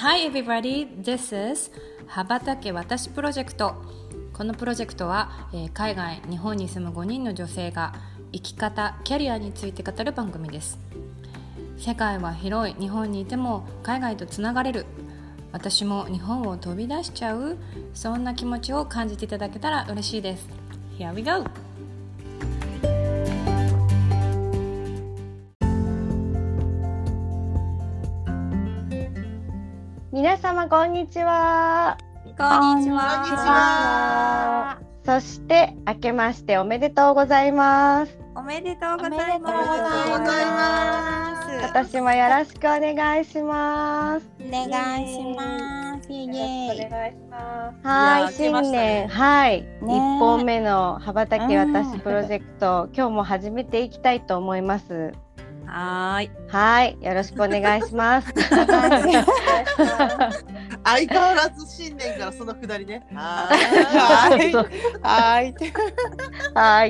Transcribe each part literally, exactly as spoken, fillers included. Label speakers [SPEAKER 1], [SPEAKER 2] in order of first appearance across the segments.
[SPEAKER 1] Hi everybody, this is 羽ばたけ私プロジェクト。このプロジェクトは、えー、海外、日本に住むごにんの女性が生き方、キャリアについて語る番組です。世界は広い、日本にいても海外とつながれる、私も日本を飛び出しちゃう、そんな気持ちを感じていただけたら嬉しいです。 Here we go!
[SPEAKER 2] 皆様こんにちは。
[SPEAKER 1] こんにちは。
[SPEAKER 2] そして明けましておめでとうございます。
[SPEAKER 1] おめでとうございます。
[SPEAKER 2] 私もよろしくお願いします。
[SPEAKER 1] お願いします。イエーイ。
[SPEAKER 2] お願いします。はい、新年、はい、一本目の羽ばたけ私プロジェクト、今日も始めていきたいと思います。
[SPEAKER 1] はい、
[SPEAKER 2] はい、よろしくお願いします。
[SPEAKER 3] 相変わらず新年からそのくだりね。
[SPEAKER 4] はい、はい、
[SPEAKER 2] はい。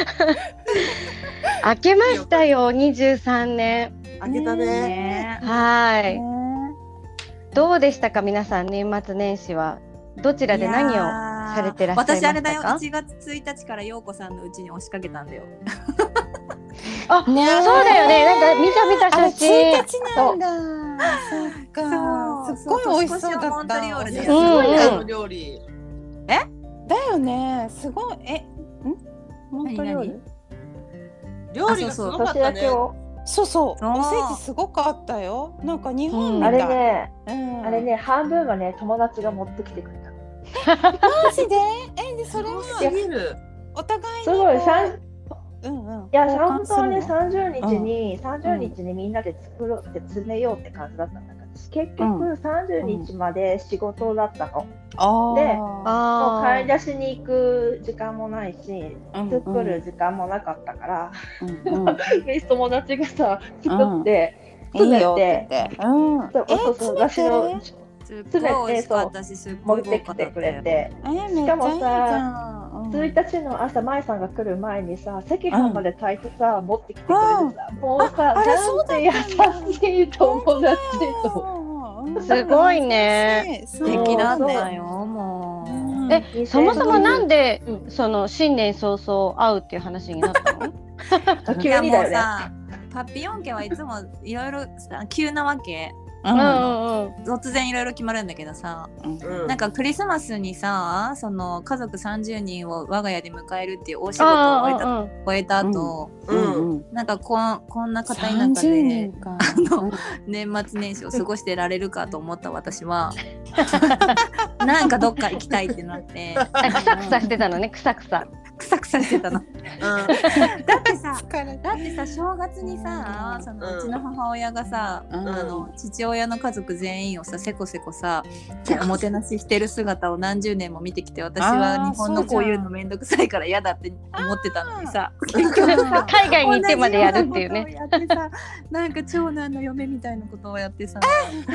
[SPEAKER 2] 明けましたよ、にじゅうさんねん。
[SPEAKER 3] 明けたね。
[SPEAKER 2] はい。どうでしたか皆さん、年末年始はどちらで何をされてらっしゃいましたか？
[SPEAKER 1] 私あれだよ、いちがつついたちから陽子さんの家に押しかけたんだよ。
[SPEAKER 2] あ、そうだよね。なんか見た見た写真。
[SPEAKER 4] ついたちなんだ。そっか。すっごい美味しそうだった。
[SPEAKER 1] モントリオールです。
[SPEAKER 3] すごいね、あの料理。
[SPEAKER 4] え？だよね。すごい。え？ん？モントリオール？
[SPEAKER 3] 料理がすごかったね。
[SPEAKER 4] そうそう。おせちすごかったよ。なんか日本みたい。
[SPEAKER 5] あれね、あれね、半分はね、友達が持ってきてくれ
[SPEAKER 4] た。マジで？え、でそれはお互い
[SPEAKER 5] すごい。
[SPEAKER 4] うんうん、い
[SPEAKER 5] や本当はねさんじゅうにちに、うん、さんじゅうにちにみんなで作ろうって詰めようって感じだったんだけど、結局さんじゅうにちまで仕事だったの、うん、でもう買い出しに行く時間もないし、うん、作る時間もなかったから、うんうん、友達がさ作って詰めて、私の詰めてそう持ってきてくれて、しかもさついたちの朝、舞さんが来る前にさ、赤飯まで炊いてさ、うん、持ってきてくれてさ、もうさ、なんて優しい友達と。
[SPEAKER 2] すごいね。
[SPEAKER 1] 素敵なんだよ、もう。
[SPEAKER 2] え、そもそもなんで、うん、その新年早々会うっていう話になったの？
[SPEAKER 1] 急にだよね。パピヨン家はいつもいろいろ急なわけ。うんうんうん、突然いろいろ決まるんだけどさ、うん、なんかクリスマスにさ、その家族さんじゅうにんを我が家で迎えるっていう大仕事を終えた、うん、終えた後、うんうん、なんかこん、こんな方の中であの年末年始を過ごしてられるかと思った私はなんかどっか行きたいってなって
[SPEAKER 2] クサクサしてたのね、クサクサ
[SPEAKER 1] クサクサしてたの、うん、だってさだってさ正月にさ、そのうちの母親がさ、うん、あの父親の家族全員をさせこせこさおもてなししてる姿を何十年も見てきて、私は日本のこういうのめんどくさいから嫌だって思ってたのにさ、
[SPEAKER 2] 結局さ海外に行ってまでやるっていうね、
[SPEAKER 1] やってさ、なんか長男の嫁みたいなことをやってさ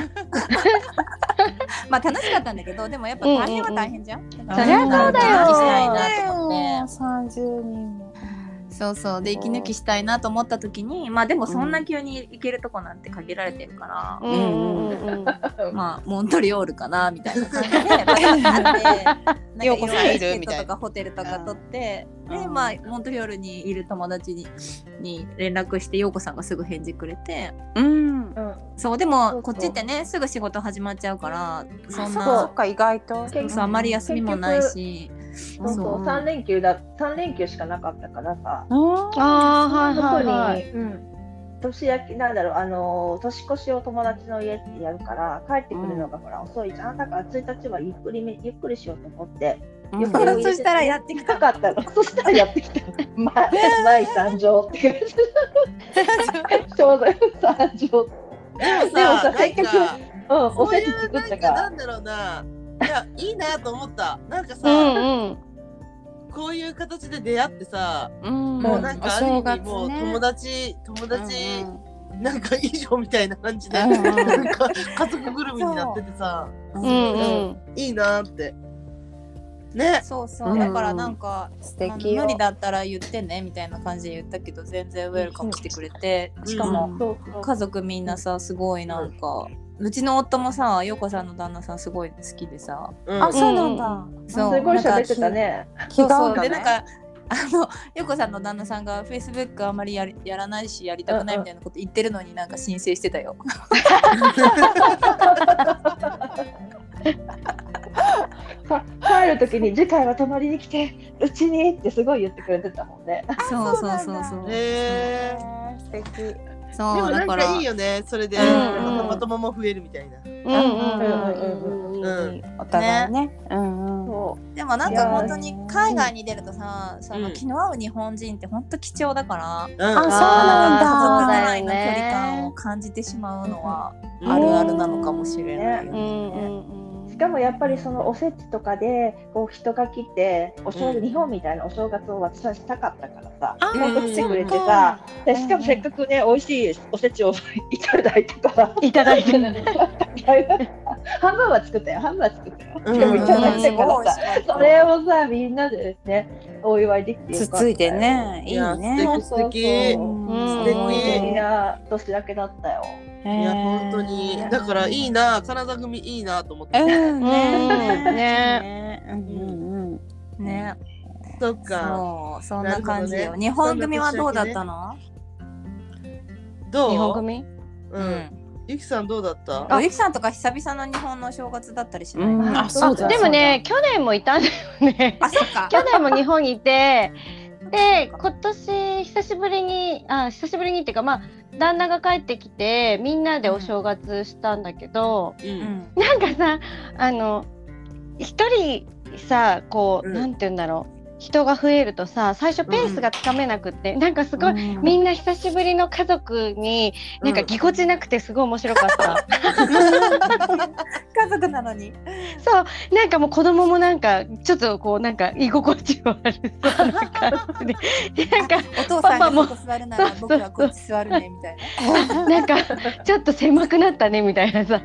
[SPEAKER 1] まあ楽しかったんだけど、でもやっぱ大変は大変じゃん、うんうんうん、
[SPEAKER 2] そりゃそうだよ、
[SPEAKER 1] したいなと思って
[SPEAKER 4] さんじゅうにんも、
[SPEAKER 1] そうそうで息抜きしたいなと思った時に、まあでもそんな急に行けるとこなんて限られてるから、うんうんうんうん、まあモントリオールかなみたいな感じでなんかいろんなチケットとかホテルとか取って、でまあモントリオールにいる友達にに連絡して、陽子さんがすぐ返事くれて、うん、そうでもこっちってねすぐ仕事始まっちゃうから、そんな
[SPEAKER 4] そっか意外と
[SPEAKER 1] そうあんまり休みもないし、
[SPEAKER 5] そうそうさん連休ださん連休しかなかったからさ、
[SPEAKER 2] ああはいはいはい、
[SPEAKER 5] うん、年明けなんだろう、あの年越しを友達の家でやるから帰ってくるのがほら、うん、遅いじゃん。だからついたちはゆっくりめゆっくりしようと思って、
[SPEAKER 1] うん、そしたらやってきた
[SPEAKER 5] かったの。そしたらやってきたま舞参上って言ってちょうど参上。でも
[SPEAKER 3] さ、
[SPEAKER 5] せっかく、うん、おせち
[SPEAKER 3] 作ったから、なんだろうな、いやいいなと思った。なんかさ、
[SPEAKER 2] うんうん、
[SPEAKER 3] こういう形で出会ってさ、うん、もうなんかある意味もう友達、友達、うん、なんか以上みたいな感じで、うん、なんか家族ぐるみになっててさ、うんうん、いいなってね。
[SPEAKER 1] そうそう、だからなんか、うん、素敵よ、無理だったら言ってねみたいな感じで言ったけど、全然ウェルカムしてくれて、しかも家族みんなさすごいなんかうちの夫もさ、陽子さんの旦那さんすごい好きでさ、
[SPEAKER 4] うん、あ、そうなんだ。
[SPEAKER 1] そう
[SPEAKER 5] すごい喋ってたね。
[SPEAKER 1] そうそうでなんかあの陽子さんの旦那さんがフェイスブックあんまり や, やらないしやりたくないみたいなこと言ってるのになんか申請してたよ。
[SPEAKER 5] 帰る時に次回は泊まりに来てうちにってすごい言ってくれてたもんね。
[SPEAKER 1] そうそうそうそう。
[SPEAKER 3] へえ
[SPEAKER 4] ー、素敵。
[SPEAKER 3] そうでもなんかいいよね、それで、うん、まともも増えるみたいな。
[SPEAKER 4] お互いね。うん
[SPEAKER 1] うん、でもなんか本当に海外に出るとさ、その気の合う日本人って本当貴重だから、うん、
[SPEAKER 4] あ、そうなんだ。
[SPEAKER 1] 家族内の距離感を感じてしまうのはあるあるなのかもしれないよね。
[SPEAKER 5] しかもやっぱりそのおせちとかでこう人が来てお正月、うん、日本みたいなお正月を私はしたかったからさ、もっと来てくれてさ、でしかもせっかくね美味しいおせちをいただいたから
[SPEAKER 2] いただいてる
[SPEAKER 5] 半分は作ったよ半分は作ったよ、うん、でもいただいたからさ、それをさみんなでねお祝いできてよかった。
[SPEAKER 4] つついてね、いいね。
[SPEAKER 3] 素敵素敵
[SPEAKER 5] な年だけだったよ。
[SPEAKER 3] いや本当にだからいいな、カナダ組いいなと思って。
[SPEAKER 4] うん
[SPEAKER 2] ね
[SPEAKER 4] ね
[SPEAKER 1] うんね。
[SPEAKER 3] そっか。
[SPEAKER 1] そうそんな感じよ。日本組はどうだったの？
[SPEAKER 3] どう？
[SPEAKER 2] 日本組？
[SPEAKER 3] うん。ゆきさんどうだった？
[SPEAKER 1] あ、ゆきさんとか久々の日本の正月だったりしない？
[SPEAKER 2] あ、そうだ。でもね、去年もいたんだよね。
[SPEAKER 1] あ、そっか。
[SPEAKER 2] 去年も日本にいて。で今年久しぶりにあ久しぶりにっていうかまあ旦那が帰ってきてみんなでお正月したんだけど、うん、なんかさあの一人さこう、うん、なんて言うんだろう人が増えるとさ最初ペースがつかめなくって、うん、なんかすごい、うん、みんな久しぶりの家族になんかぎこちなくてすごい面白かった、
[SPEAKER 1] うん、家族なのに
[SPEAKER 2] そうなんかもう子供もなんかちょっとこうなんか居心地悪そうな感じでなんか
[SPEAKER 1] お父さんがここ座るなら僕はこっち座るねみたいな
[SPEAKER 2] なんかちょっと狭くなったねみたいなさ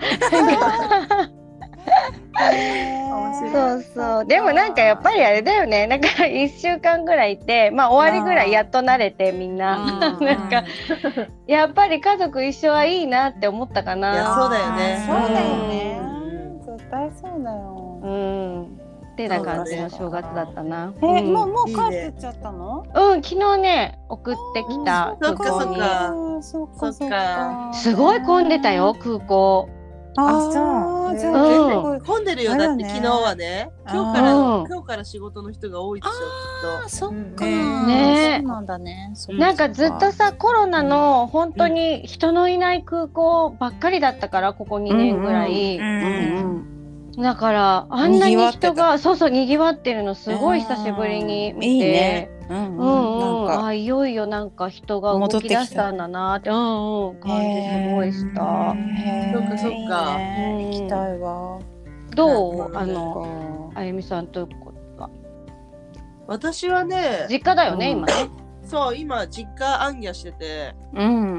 [SPEAKER 2] そうそうでもなんかやっぱりあれだよねなんかいっしゅうかんぐらいいてまあ終わりぐらいやっと慣れてみんななんかやっぱり家族一緒はいいなって思ったかな。
[SPEAKER 3] いやそうだよね
[SPEAKER 4] そうだよね、うん、絶対そうだよ
[SPEAKER 2] うんってな感じの正月だったな。
[SPEAKER 4] え、うん、もうもう帰ってっちゃったの？
[SPEAKER 2] うん昨日ね送ってきた
[SPEAKER 3] 空港に。
[SPEAKER 4] そっかそっか
[SPEAKER 2] すごい混んでたよ空港。
[SPEAKER 4] あ、そう。
[SPEAKER 3] じゃあ、うん、混んでるよだって昨日はね。今日から今日から仕事の人が多いでしょきっと。
[SPEAKER 4] あ、そっか。
[SPEAKER 2] ね、
[SPEAKER 4] そうなんだね。
[SPEAKER 2] なんかずっとさコロナの本当に人のいない空港ばっかりだったからここにねんぐらい。だからあんなに人がそうそう賑わってるのすごい久しぶりに見て。いいね。うんうんうん、あいよいよなんか人が動き出したんだなって、うんうん、感じすごいした。
[SPEAKER 3] そっかそっか。
[SPEAKER 4] 行きたいわ。
[SPEAKER 2] どうあのあゆみさんとこは。
[SPEAKER 3] 私はね
[SPEAKER 2] 実家だよね、うん、今ね。
[SPEAKER 3] そう今実家アンギャしてて。
[SPEAKER 2] うん。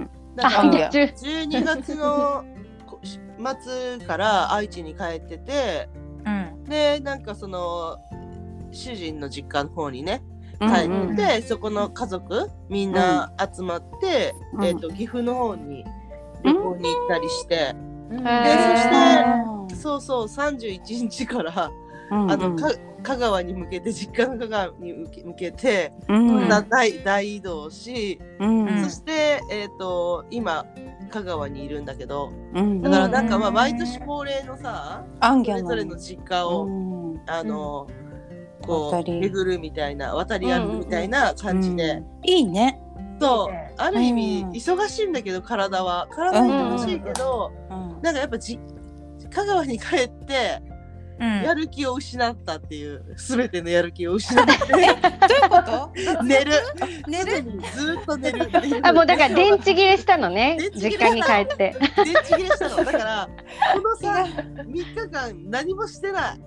[SPEAKER 3] アンギャ。じゅうにがつの末から愛知に帰ってて、うん、でなんかその主人の実家の方にね。帰って、うんうん、そこの家族みんな集まって、うんえー、と岐阜の方に旅行に行ったりして、うん、でそしてそうそうさんじゅういちにちから、うんうん、あのか香川に向けて実家の香川に向けて、うん、大, 大移動し、うん、そして、えー、と今香川にいるんだけど、うん、だからなんかまあ毎年恒例のさ、うん、それぞれの実家を、うん、あの、うんこう巡るみたいな渡り歩くみたいな感じで、うんうん、
[SPEAKER 4] いいね。
[SPEAKER 3] そうある意味、うん、忙しいんだけど体は体は楽しいけど、うんうん、なんかやっぱじ香川に帰って、うん、やる気を失ったっていう全てのやる気を失ってどういう
[SPEAKER 4] こと
[SPEAKER 3] 寝る
[SPEAKER 4] 寝る
[SPEAKER 3] ずっと寝る
[SPEAKER 2] あもうだから電池切れしたのね実家に帰って
[SPEAKER 3] 電池切れしたのだからこのさみっかかん何もしてない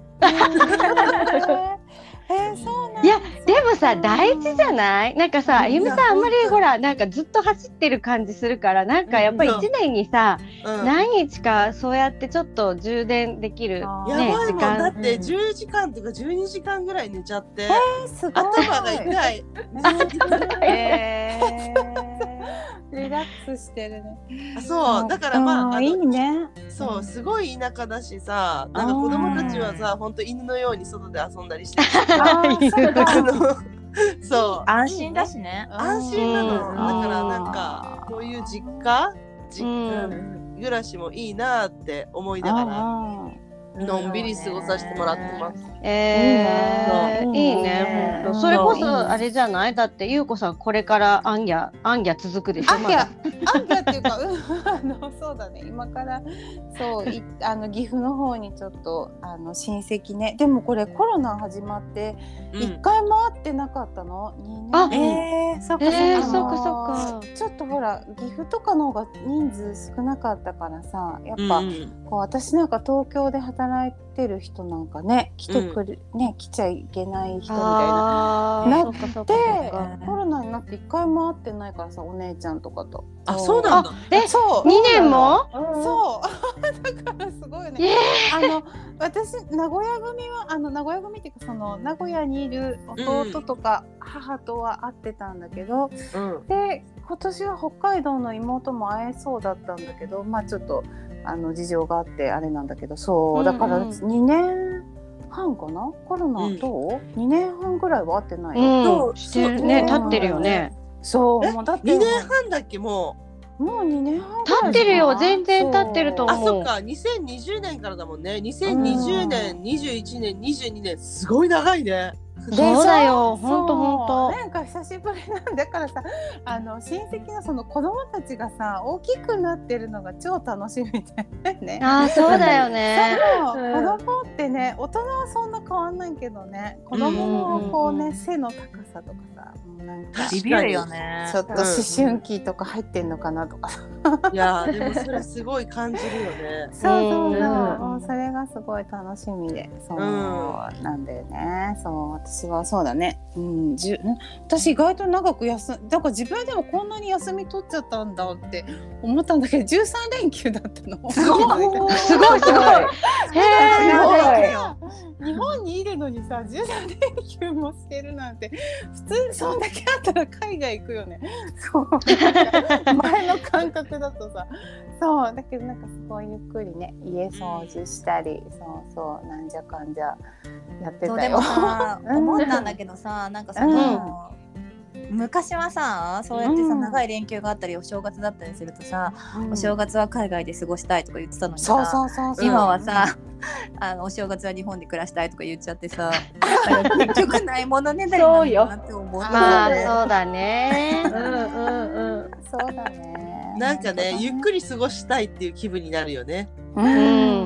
[SPEAKER 4] えー、そうなん
[SPEAKER 2] いやでもさ大事じゃないなんかさあゆみさんあんまりほらなんかずっと走ってる感じするからなんかやっぱりいちねんにさ、うん、何日かそうやってちょっと充電できる、ね、
[SPEAKER 3] やばいもん時間だってじゅうじかんとかじゅうにじかんぐらい寝ちゃって、
[SPEAKER 4] えー、すごい
[SPEAKER 3] 頭が痛い
[SPEAKER 4] えーリラックスしてるね。
[SPEAKER 3] あそうだからまあ、
[SPEAKER 4] あいいね。
[SPEAKER 3] そそうすごい田舎だしさ、なんか子供たちはさ本当犬のように外で遊んだりして
[SPEAKER 4] あ
[SPEAKER 3] のそう
[SPEAKER 1] 安心だしね。
[SPEAKER 3] 安心なの。だからなんかこういう実家実家暮らしもいいなって思いながらのんびり過ごさせてもらってます。
[SPEAKER 2] えー、いいね。本当。それこそあれじゃない？だってゆうこさんこれからアンギャアンギャ続くでしょ。
[SPEAKER 4] アンギャアンギャっていうか、うん、あのそうだね。今からそういあの岐阜の方にちょっとあの親戚ね。でもこれコロナ始まって一、うん、回も会ってなかったの。
[SPEAKER 2] あ、
[SPEAKER 1] えー、そっか、
[SPEAKER 2] えー、そっかそっか。
[SPEAKER 4] ちょっとほら岐阜とかの方が人数少なかったからさ、やっぱ、うん、こう私なんか東京で働いてる人なんかね来てくる、うん、ね来ちゃいけない人みたいななってコロナになって一回も会ってないからさ、お姉ちゃんとかと。
[SPEAKER 3] あ、そうなんだ。
[SPEAKER 2] え、
[SPEAKER 4] そう
[SPEAKER 2] にねんも？
[SPEAKER 4] そうだからすごいよね。
[SPEAKER 2] えー、
[SPEAKER 4] あの私名古屋組はあの名古屋組っていうかその名古屋にいる弟とか母とは会ってたんだけど、うん、で今年は北海道の妹も会えそうだったんだけど、まあちょっとあの事情があってあれなんだけど、そうだからにねんはんかな、コロナと、うん、にねんはんぐらいは会ってない
[SPEAKER 2] よ、うん、してるね、経ってるよね。
[SPEAKER 4] そうもうだって
[SPEAKER 3] にねんはんだっけ、も
[SPEAKER 4] うもうにねんはん
[SPEAKER 2] 経ってるよ、全然経ってると思う。
[SPEAKER 3] あ、そっか、にせんにじゅうねんからだもんね。にせんにじゅうねん、にじゅういちねん、にじゅうにねん、すごい長いね。
[SPEAKER 2] そうだよ、ほんとほんと。
[SPEAKER 4] なんか久しぶりなんだからさ、あの親戚のその子供たちがさ大きくなってるのが超楽しみだよね。
[SPEAKER 2] あ、そうだよね。
[SPEAKER 4] そう、うん、子供ってね、大人はそんな変わんないけどね、子供のこうね、うん、背の高さとかさ、もうなんか
[SPEAKER 1] ビビるよね。
[SPEAKER 4] ちょっと思春期とか入ってんのかなとか。
[SPEAKER 3] いやでもそれすごい感じるよね。
[SPEAKER 4] そうそうそう、もうそれがすごい楽しみで、そうなんだよね。そう私はそうだね。うん、じゅ私意外と長く休んだから自分でもこんなに休み取っちゃったんだって思ったんだけど、じゅうさんれんきゅうだったの。
[SPEAKER 2] すごいすごいすごい。
[SPEAKER 4] へー。日本にいるのにさじゅうさんれんきゅうもしてるなんて普通にそんだけあったら海外行くよね。そう前の感覚だとさ、そうだけどなんかすごいゆっくりね家掃除したり、そうそうなんじゃかんじゃやってたよ。
[SPEAKER 1] そうでもさ思ったんだけどさ、なんかその、うん、昔はさそうやってさ、うん、長い連休があったりお正月だったりするとさ、うん、お正月は海外で過ごしたいとか言ってたのにさ、そうそうそうそう、今はさ、うん、あのお正月は日本で暮らしたいとか言っちゃってさ結局ないものねだりなんだなって思った、ね、
[SPEAKER 2] まあそうだね
[SPEAKER 4] うんうんうんそうだね。
[SPEAKER 3] なんかねゆっくり過ごしたいっていう気分になるよね。
[SPEAKER 4] うん、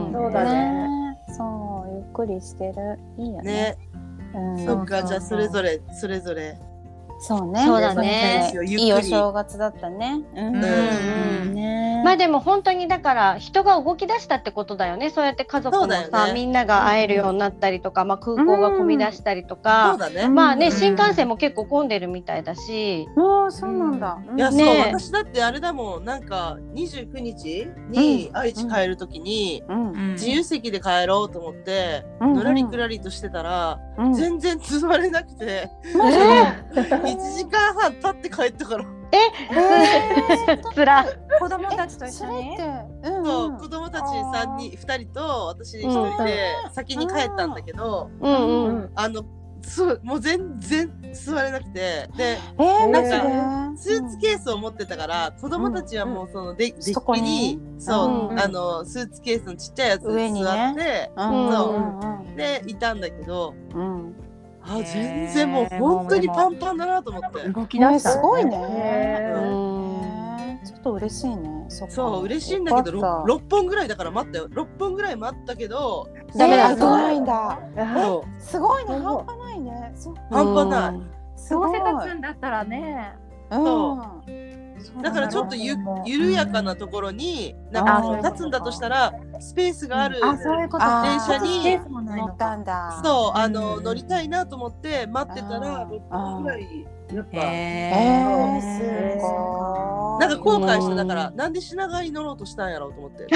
[SPEAKER 4] そうだね。そうゆっくりしてるいいよね。ね、
[SPEAKER 3] うん、そっか、じゃあそれぞれそれぞれ。
[SPEAKER 4] そうね。
[SPEAKER 2] そうだね。
[SPEAKER 4] いいお正月だったね。うんうん
[SPEAKER 2] うん、ね。まあでも本当にだから人が動き出したってことだよね。そうやって家族もさ、ね、みんなが会えるようになったりとか、まあ空港が混み出したりとか、
[SPEAKER 3] そうだね、
[SPEAKER 2] まあね、新幹線も結構混んでるみたいだし。
[SPEAKER 4] ああそうなんだ。
[SPEAKER 3] いや、ね、そう私だってあれだもん、なんかにじゅうくにちに愛知帰るときに、うんうん、自由席で帰ろうと思って、うんうん、のらりくらりとしてたら、うん、全然積まれなくて、いちじかんはん経って帰ったから。
[SPEAKER 2] え、えー、つら。
[SPEAKER 1] 子供たちと一緒に。
[SPEAKER 3] うんうん、そう子供たちさんにんふたりと私ひとりで先に帰ったんだけど、うんうん、あのそうもう全然座れなくて、で、えー、なんかスーツケースを持ってたから子供たちはもうそのデッキに、うん、そう、うん、あのスーツケースのちっちゃいやつに座って、ね、そう、でいたんだけど。うん、あ全然もう本当にパンパンだなと思って
[SPEAKER 4] 動き出した、ね、すごいね、うん、ちょっと嬉しいね。
[SPEAKER 3] そ, そう嬉しいんだけど 6, ろっぽんぐらいだから待ったよ。ろっぽんぐらい待ったけど
[SPEAKER 4] ダメだ、ないんだ。すごいね、半端ないね。
[SPEAKER 3] 半端ない。
[SPEAKER 1] どうせ立つんだったらね。
[SPEAKER 3] そうだからちょっと ゆ, 緩やかなところになんか立つんだとしたらスペースがある電車に
[SPEAKER 4] 乗ったんだ。
[SPEAKER 3] そうあの乗りたいなと思って待ってたらろっぽんぐらいやっぱ、
[SPEAKER 4] えー、すご
[SPEAKER 3] い。なんか後悔して、だからなんで品川に乗ろうとしたんやろうと思って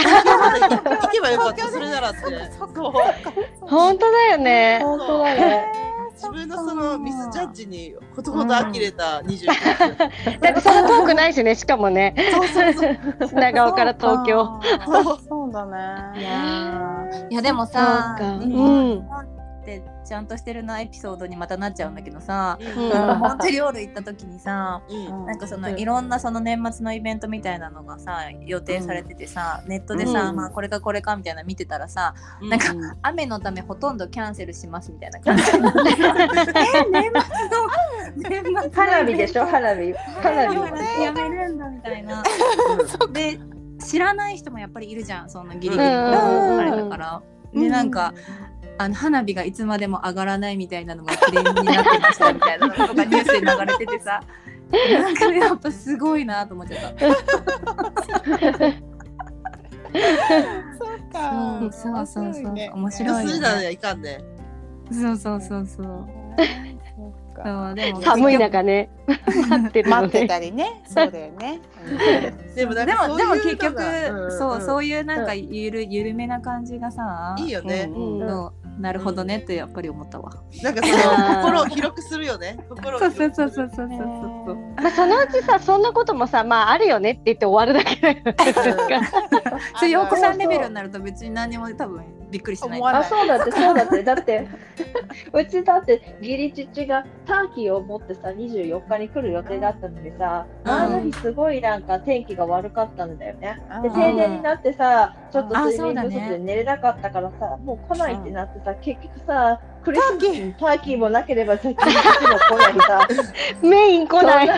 [SPEAKER 3] 行けばよかったそれならって。
[SPEAKER 2] 本当だよね。
[SPEAKER 4] 本当だね。
[SPEAKER 3] 自分のそのミスジャッジにほとほと呆れたにじゅういっさい、
[SPEAKER 2] うん、だってそんな遠くないしね、しかもね。そうそうそう。品川から東京。
[SPEAKER 4] そうだね。
[SPEAKER 1] いやいやでもさ、うん。ってちゃんとしてるなエピソードにまたなっちゃうんだけどさ、うん、モントリオール行った時にさ、うん、なんかそのいろんなその年末のイベントみたいなのがさ予定されててさ、うん、ネットでさ、うん、まあこれかこれかみたいなの見てたらさ、うん、なんか雨のためほとんどキャンセルしますみたいな感じ。え年末の
[SPEAKER 5] 年末花火でしょ、花火花
[SPEAKER 1] 火やめるんだみたいな。で知らない人もやっぱりいるじゃん、そのギリギリのあれだから、うん、でなんか。あの花火がいつまでも上がらないみたいなのがトレンドになってましたみたいなのとかニュースで流れててさ、なんかやっぱすごいなと思っちゃった。
[SPEAKER 4] そうか。
[SPEAKER 1] そうそうそうそう。面白いね。
[SPEAKER 3] そうだね、いかんね。
[SPEAKER 1] そうそうそうそう。
[SPEAKER 2] そうでも寒い中ね
[SPEAKER 4] 待ってるのね、待ってたりね。そうだよね。
[SPEAKER 3] でもで
[SPEAKER 1] もでも結局そうそういうなんかゆるゆるめな感じがさ、
[SPEAKER 3] いいよね。
[SPEAKER 1] なるほどねってやっぱり思ったわ。
[SPEAKER 3] なんかその心を広くするよね。心を
[SPEAKER 1] そうそうそうそうそうそう。
[SPEAKER 2] まあそのうちさそんなこともさまああるよねって言って終わるだけだよね。
[SPEAKER 1] そう陽子さんレベルになると別に何も多分びっくりしない。
[SPEAKER 5] あそうだってそうだってだってうちだって義理父がターキーを持ってさにじゅうよっかに来る予定だったのにさ、あの日すごいなんか天気が悪かったんだよね。で停電になってさちょっと睡眠不足で寝れなかったからさ、もう来ないってなってさ結局さクリスマスにターキーもなければさ、義理父も来ないさ、
[SPEAKER 2] メイン来ない。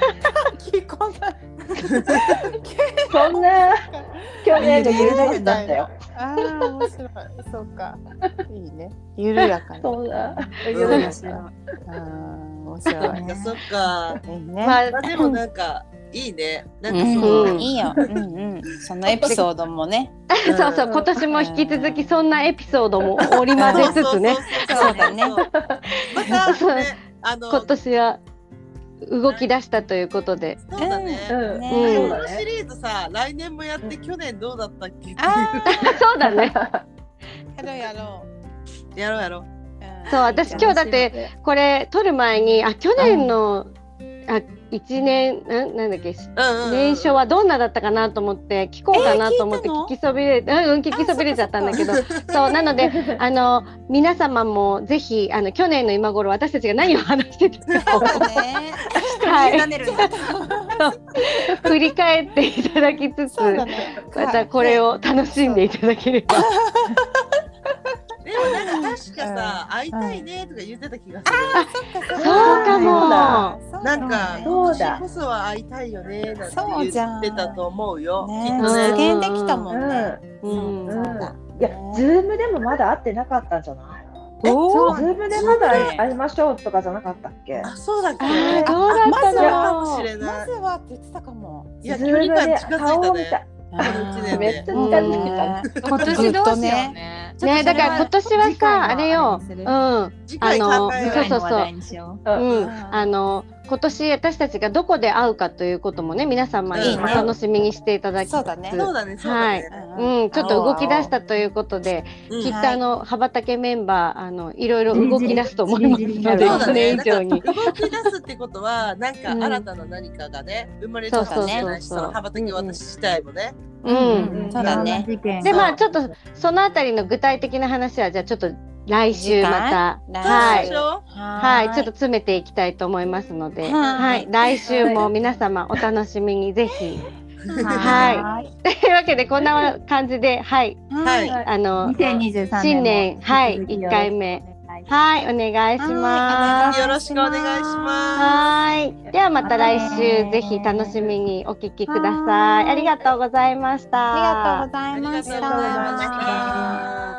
[SPEAKER 5] そんな去年の緩やかだったよ。
[SPEAKER 4] ああ面白い。そうか。いいね。緩やかに。
[SPEAKER 5] そうだ。
[SPEAKER 4] 緩やか。ああ面白い。
[SPEAKER 3] そっか。
[SPEAKER 4] いいね。
[SPEAKER 3] まあでもなんかいいね。なんかそう
[SPEAKER 4] いいよ。うんうん。そのエピソードもね。
[SPEAKER 2] そうそう今年も引き続きそんなエピソードも織り交ぜつつね。
[SPEAKER 4] そうだね。
[SPEAKER 3] またねあの
[SPEAKER 2] 今年は。動き出したということで。
[SPEAKER 3] そうだね。このシリーズさ、来年もやって去年どうだったっけ？
[SPEAKER 2] そうだね。
[SPEAKER 4] やろうやろ
[SPEAKER 3] う。やろうやろう。
[SPEAKER 2] そう私今日だってこれ撮る前にあ去年のあいちねんななんだっけ年初はどんなだったかなと思って聞こうかなと思って聞きそびれうん聞きそびれちゃったんだけどそうなのであの皆様もぜひあの去年の今頃私たちが何を話してたかを振り返っていただきつつまたこれを楽しんでいただければ。
[SPEAKER 3] でもなんか確かさ、会いたいねとか言ってた気がする。
[SPEAKER 2] そうかも。
[SPEAKER 3] なんか今年こそは会いたいよねなんて言ってたと思うよ。
[SPEAKER 4] 実現できたもんね。
[SPEAKER 5] いや、ズームでもまだ会ってなかったんじゃない？そう、ズームでまだ会いましょうとかじゃなかったっけ？
[SPEAKER 3] あ、そうだっけ？
[SPEAKER 2] どうだったの
[SPEAKER 3] かもしれない。
[SPEAKER 4] まずはって言ってたかも。
[SPEAKER 3] いや、距離感近づいたね。
[SPEAKER 5] めっちゃ近づいた。
[SPEAKER 1] 今年どうしようね。
[SPEAKER 2] ねだから今年はさあれよ、うんあのそうそうそううんあの今年私たちがどこで会うかということもね皆様にお楽しみにしていただきつつ、
[SPEAKER 3] そうだねそうだね
[SPEAKER 2] はいうんちょっと動き出したということできっとあの羽ばたけメンバーあのいろいろ動き出すと思いますので
[SPEAKER 3] それ以上に動き出すってことはなんか新たな何かがね生まれたかもしれないしその羽ばたけ私自体もね
[SPEAKER 2] うん
[SPEAKER 4] そうだね
[SPEAKER 2] でまあちょっとそのあたりの具体的な話はじゃあちょっと来週またはいはいちょっと詰めていきたいと思いますのではい来週も皆様お楽しみにぜひはいというわけでこんな感じではいあの新年はいいっかいめはいお願いします
[SPEAKER 3] よろしくお願いします
[SPEAKER 2] はいではまた来週ぜひ楽しみにお聞きくださいありがとうございました
[SPEAKER 4] ありがとうございました